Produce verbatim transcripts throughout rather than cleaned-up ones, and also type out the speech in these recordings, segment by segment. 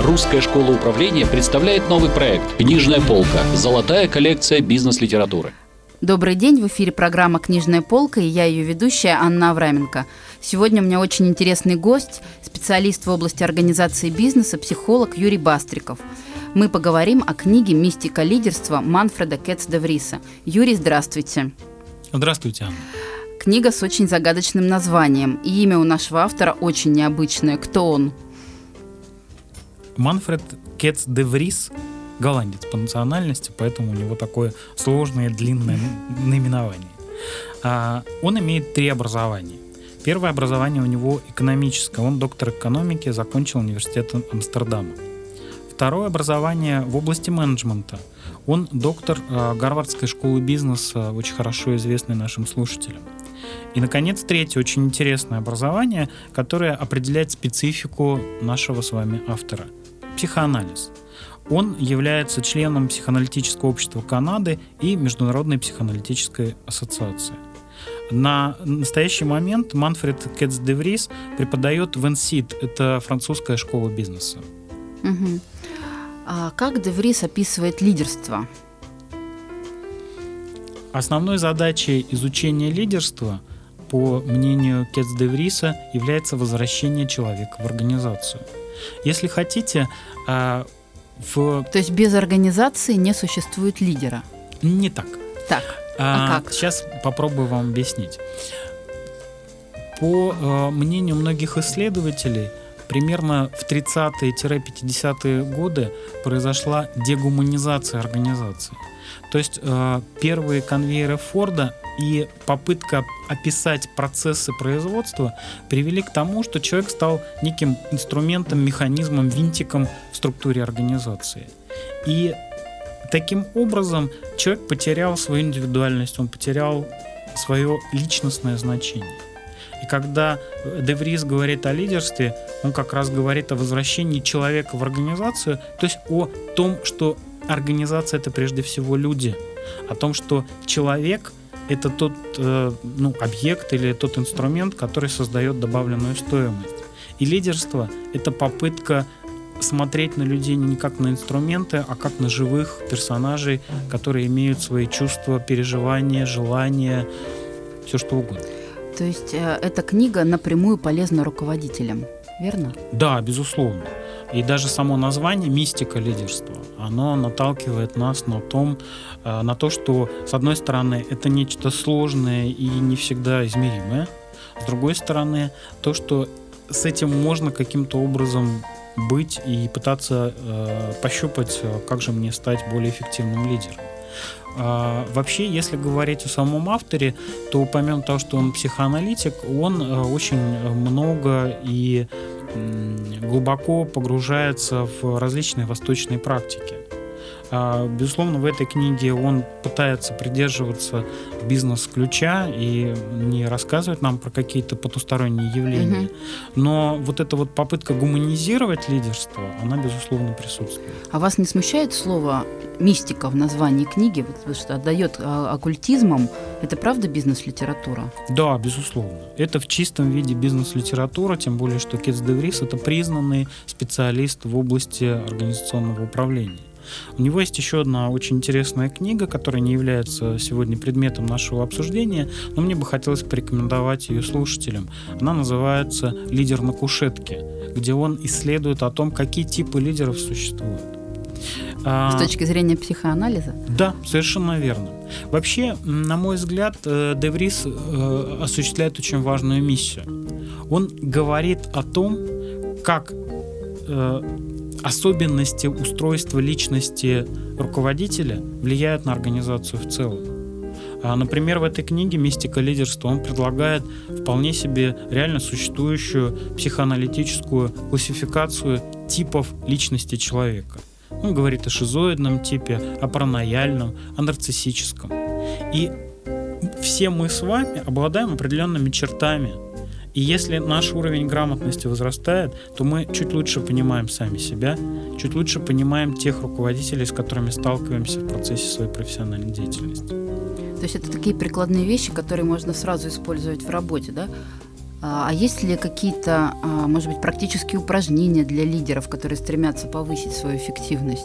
Русская школа управления представляет новый проект «Книжная полка. Золотая коллекция бизнес-литературы». Добрый день, в эфире программа «Книжная полка», и я ее ведущая Анна Авраменко. Сегодня у меня очень интересный гость, специалист в области организации бизнеса, психолог Юрий Бастриков. Мы поговорим о книге «Мистика лидерства» Манфреда Кетц-де-Вриса. Юрий, здравствуйте. Здравствуйте, Анна. Книга с очень загадочным названием, и имя у нашего автора очень необычное. Кто он? Манфред Кетц-де-Врис, голландец по национальности, поэтому у него такое сложное длинное наименование. Он имеет три образования. Первое образование у него экономическое. Он доктор экономики, закончил университет Амстердама. Второе образование в области менеджмента. Он доктор Гарвардской школы бизнеса, очень хорошо известный нашим слушателям. И, наконец, третье очень интересное образование, которое определяет специфику нашего с вами автора. Психоанализ. Он является членом Психоаналитического общества Канады и Международной психоаналитической ассоциации. На настоящий момент Манфред Кетц-де-Врис преподает в эн сид, это французская школа бизнеса. Угу. А как де-Врис описывает лидерство? Основной задачей изучения лидерства, по мнению Кетц-де-Вриса, является возвращение человека в организацию. Если хотите, в... То есть без организации не существует лидера? Не так. Так, а, а как? Сейчас попробую вам объяснить. По мнению многих исследователей, примерно в тридцатые-пятидесятые годы произошла дегуманизация организации. То есть э, первые конвейеры Форда и попытка описать процессы производства привели к тому, что человек стал неким инструментом, механизмом, винтиком в структуре организации. И таким образом человек потерял свою индивидуальность, он потерял свое личностное значение. И когда де-Врис говорит о лидерстве, он как раз говорит о возвращении человека в организацию, то есть о том, что организация — это прежде всего люди, о том, что человек — это тот э, ну, объект или тот инструмент, который создает добавленную стоимость. И лидерство — это попытка смотреть на людей не как на инструменты, а как на живых персонажей, которые имеют свои чувства, переживания, желания, все что угодно. То есть э, эта книга напрямую полезна руководителям, верно? Да, безусловно. И даже само название «Мистика лидерства», оно наталкивает нас на, том, э, на то, что, с одной стороны, это нечто сложное и не всегда измеримое, с другой стороны, то, что с этим можно каким-то образом быть и пытаться э, пощупать, как же мне стать более эффективным лидером. А, вообще, если говорить о самом авторе, то помимо того, что он психоаналитик, он а, очень много и м, глубоко погружается в различные восточные практики. А, безусловно, в этой книге он пытается придерживаться бизнес-ключа и не рассказывать нам про какие-то потусторонние явления. Угу. Но вот эта вот попытка гуманизировать лидерство, она, безусловно, присутствует. А вас не смущает слово «мистика» в названии книги, вот, что отдает оккультизмом? Это правда бизнес-литература? Да, безусловно. Это в чистом виде бизнес-литература, тем более, что Кетц-де-Врис — это признанный специалист в области организационного управления. У него есть еще одна очень интересная книга, которая не является сегодня предметом нашего обсуждения, но мне бы хотелось порекомендовать ее слушателям. Она называется «Лидер на кушетке», где он исследует о том, какие типы лидеров существуют. С точки зрения психоанализа? Да, совершенно верно. Вообще, на мой взгляд, де-Врис осуществляет очень важную миссию. Он говорит о том, как особенности устройства личности руководителя влияют на организацию в целом. Например, в этой книге «Мистика лидерства» он предлагает вполне себе реально существующую психоаналитическую классификацию типов личности человека. Он говорит о шизоидном типе, о паранояльном, о нарциссическом. И все мы с вами обладаем определенными чертами. И если наш уровень грамотности возрастает, то мы чуть лучше понимаем сами себя, чуть лучше понимаем тех руководителей, с которыми сталкиваемся в процессе своей профессиональной деятельности. То есть это такие прикладные вещи, которые можно сразу использовать в работе, да? А есть ли какие-то, может быть, практические упражнения для лидеров, которые стремятся повысить свою эффективность?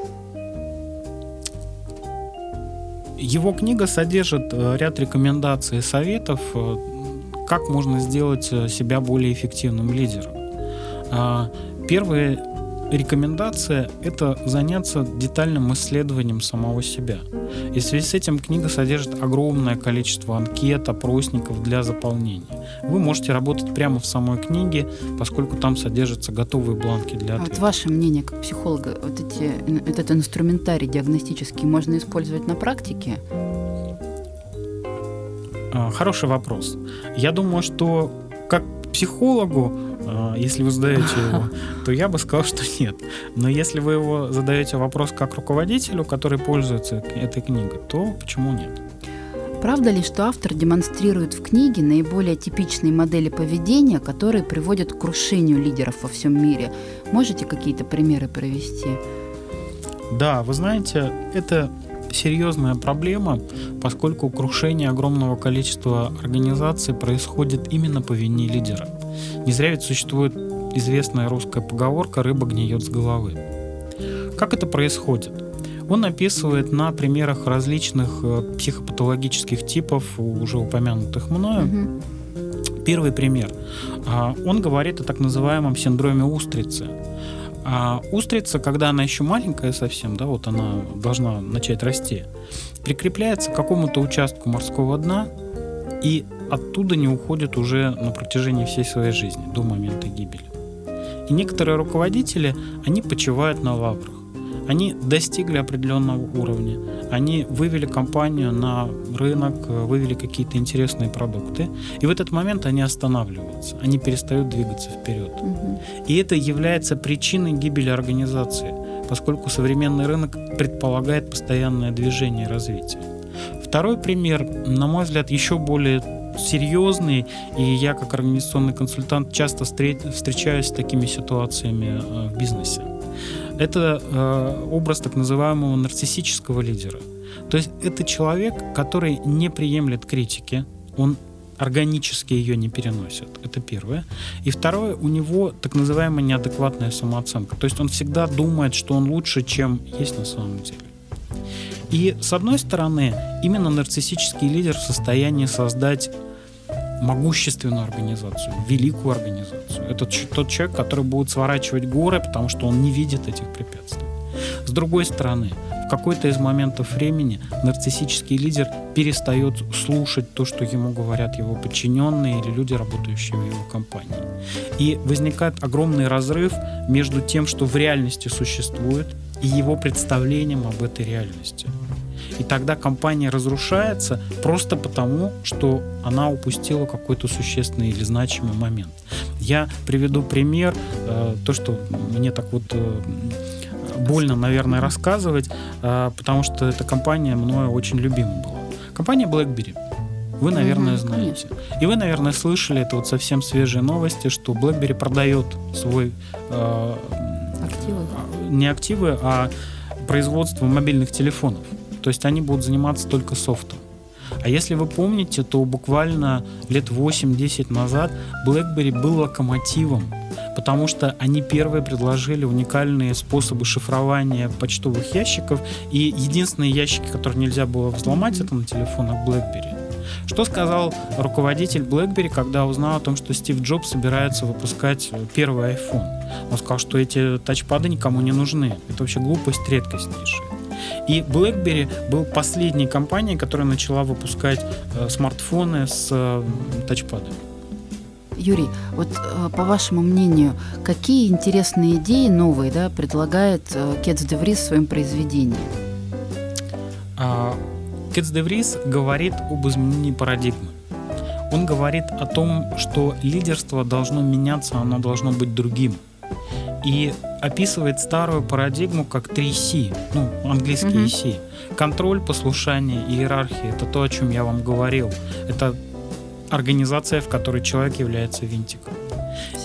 Его книга содержит ряд рекомендаций и советов, как можно сделать себя более эффективным лидером. Первая рекомендация – это заняться детальным исследованием самого себя. И в связи с этим книга содержит огромное количество анкет, опросников для заполнения. Вы можете работать прямо в самой книге, поскольку там содержатся готовые бланки для ответа. А вот ваше мнение как психолога, вот эти, этот инструментарий диагностический можно использовать на практике? Хороший вопрос. Я думаю, что как психологу, если вы задаете его, то я бы сказал, что нет. Но если вы его задаете вопрос как руководителю, который пользуется этой книгой, то почему нет? Правда ли, что автор демонстрирует в книге наиболее типичные модели поведения, которые приводят к крушению лидеров во всем мире? Можете какие-то примеры привести? Да, вы знаете, это серьезная проблема, поскольку крушение огромного количества организаций происходит именно по вине лидера. Не зря ведь существует известная русская поговорка «рыба гниет с головы». Как это происходит? Он описывает на примерах различных психопатологических типов, уже упомянутых мною. Угу. Первый пример. Он говорит о так называемом синдроме устрицы. А устрица, когда она еще маленькая совсем, да, вот она должна начать расти, прикрепляется к какому-то участку морского дна и оттуда не уходит уже на протяжении всей своей жизни, до момента гибели. И некоторые руководители, они почивают на лаврах. Они достигли определенного уровня, они вывели компанию на рынок, вывели какие-то интересные продукты, и в этот момент они останавливаются, они перестают двигаться вперед. Угу. И это является причиной гибели организации, поскольку современный рынок предполагает постоянное движение и развитие. Второй пример, на мой взгляд, еще более серьезный, и я как организационный консультант часто встречаюсь с такими ситуациями в бизнесе. Это э, образ так называемого нарциссического лидера. То есть это человек, который не приемлет критики, он органически ее не переносит. Это первое. И второе, у него так называемая неадекватная самооценка. То есть он всегда думает, что он лучше, чем есть на самом деле. И с одной стороны, именно нарциссический лидер в состоянии создать могущественную организацию, великую организацию. Это тот человек, который будет сворачивать горы, потому что он не видит этих препятствий. С другой стороны, в какой-то из моментов времени нарциссический лидер перестает слушать то, что ему говорят его подчиненные или люди, работающие в его компании. И возникает огромный разрыв между тем, что в реальности существует, и его представлением об этой реальности. И тогда компания разрушается просто потому, что она упустила какой-то существенный или значимый момент. Я приведу пример, то, что мне так вот больно, наверное, рассказывать, потому что эта компания мною очень любима была. Компания BlackBerry. Вы, наверное, угу, знаете. Конечно. И вы, наверное, слышали, это вот совсем свежие новости, что BlackBerry продает свой... Э, активы. Не активы, а производство мобильных телефонов. То есть они будут заниматься только софтом. А если вы помните, то буквально лет восемь-десять назад BlackBerry был локомотивом, потому что они первые предложили уникальные способы шифрования почтовых ящиков, и единственные ящики, которые нельзя было взломать, это на телефонах BlackBerry. Что сказал руководитель BlackBerry, когда узнал о том, что Стив Джобс собирается выпускать первый iPhone? Он сказал, что эти тачпады никому не нужны. Это вообще глупость редкостнейшая. И BlackBerry был последней компанией, которая начала выпускать э, смартфоны с э, тачпадами. Юрий, вот э, по вашему мнению, какие интересные идеи новые, да, предлагает э, Кетц де Вries в своем произведении? А, Кетц де Вries говорит об изменении парадигмы. Он говорит о том, что лидерство должно меняться, оно должно быть другим. И описывает старую парадигму как три си, ну, английские mm-hmm. си. Контроль, послушание, иерархия. Это то, о чем я вам говорил. Это организация, в которой человек является винтиком.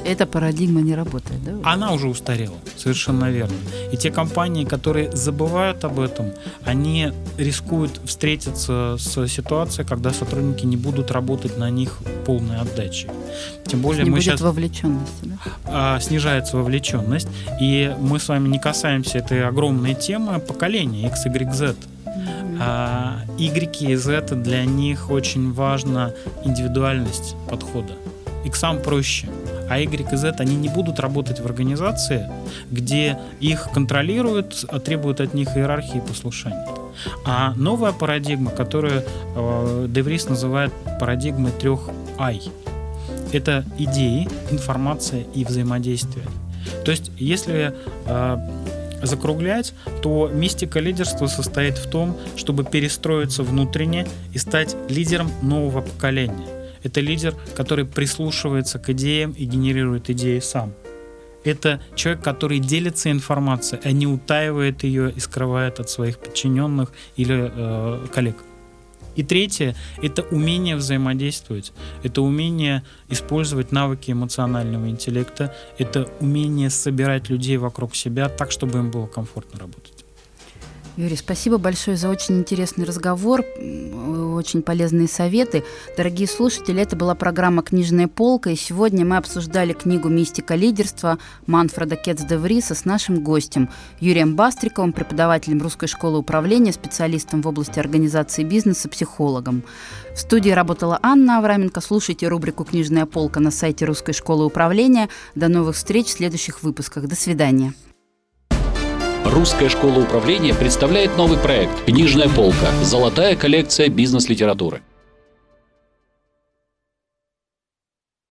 Эта парадигма не работает, да? Она уже устарела, совершенно верно. И те компании, которые забывают об этом, они рискуют встретиться с ситуацией, когда сотрудники не будут работать на них полной отдачей. Тем более не мы будет сейчас... вовлеченности, да? А, снижается вовлеченность, и мы с вами не касаемся этой огромной темы поколения X, Y, Z. А Y и Z, для них очень важна индивидуальность подхода. Иксам проще. А Y и Z, они не будут работать в организации, где их контролируют, требуют от них иерархии и послушания. А новая парадигма, которую э, Де Врис называет парадигмой трех I, это идеи, информация и взаимодействие. То есть, если э, закруглять, то мистика лидерства состоит в том, чтобы перестроиться внутренне и стать лидером нового поколения. Это лидер, который прислушивается к идеям и генерирует идеи сам. Это человек, который делится информацией, а не утаивает ее и скрывает от своих подчиненных или э, коллег. И третье – это умение взаимодействовать, это умение использовать навыки эмоционального интеллекта, это умение собирать людей вокруг себя так, чтобы им было комфортно работать. Юрий, спасибо большое за очень интересный разговор, очень полезные советы. Дорогие слушатели, это была программа «Книжная полка», и сегодня мы обсуждали книгу «Мистика лидерства» Манфреда Кетц-де Вриса с нашим гостем Юрием Бастриковым, преподавателем Русской школы управления, специалистом в области организации бизнеса, психологом. В студии работала Анна Авраменко. Слушайте рубрику «Книжная полка» на сайте Русской школы управления. До новых встреч в следующих выпусках. До свидания. Русская школа управления представляет новый проект «Книжная полка. Золотая коллекция бизнес-литературы».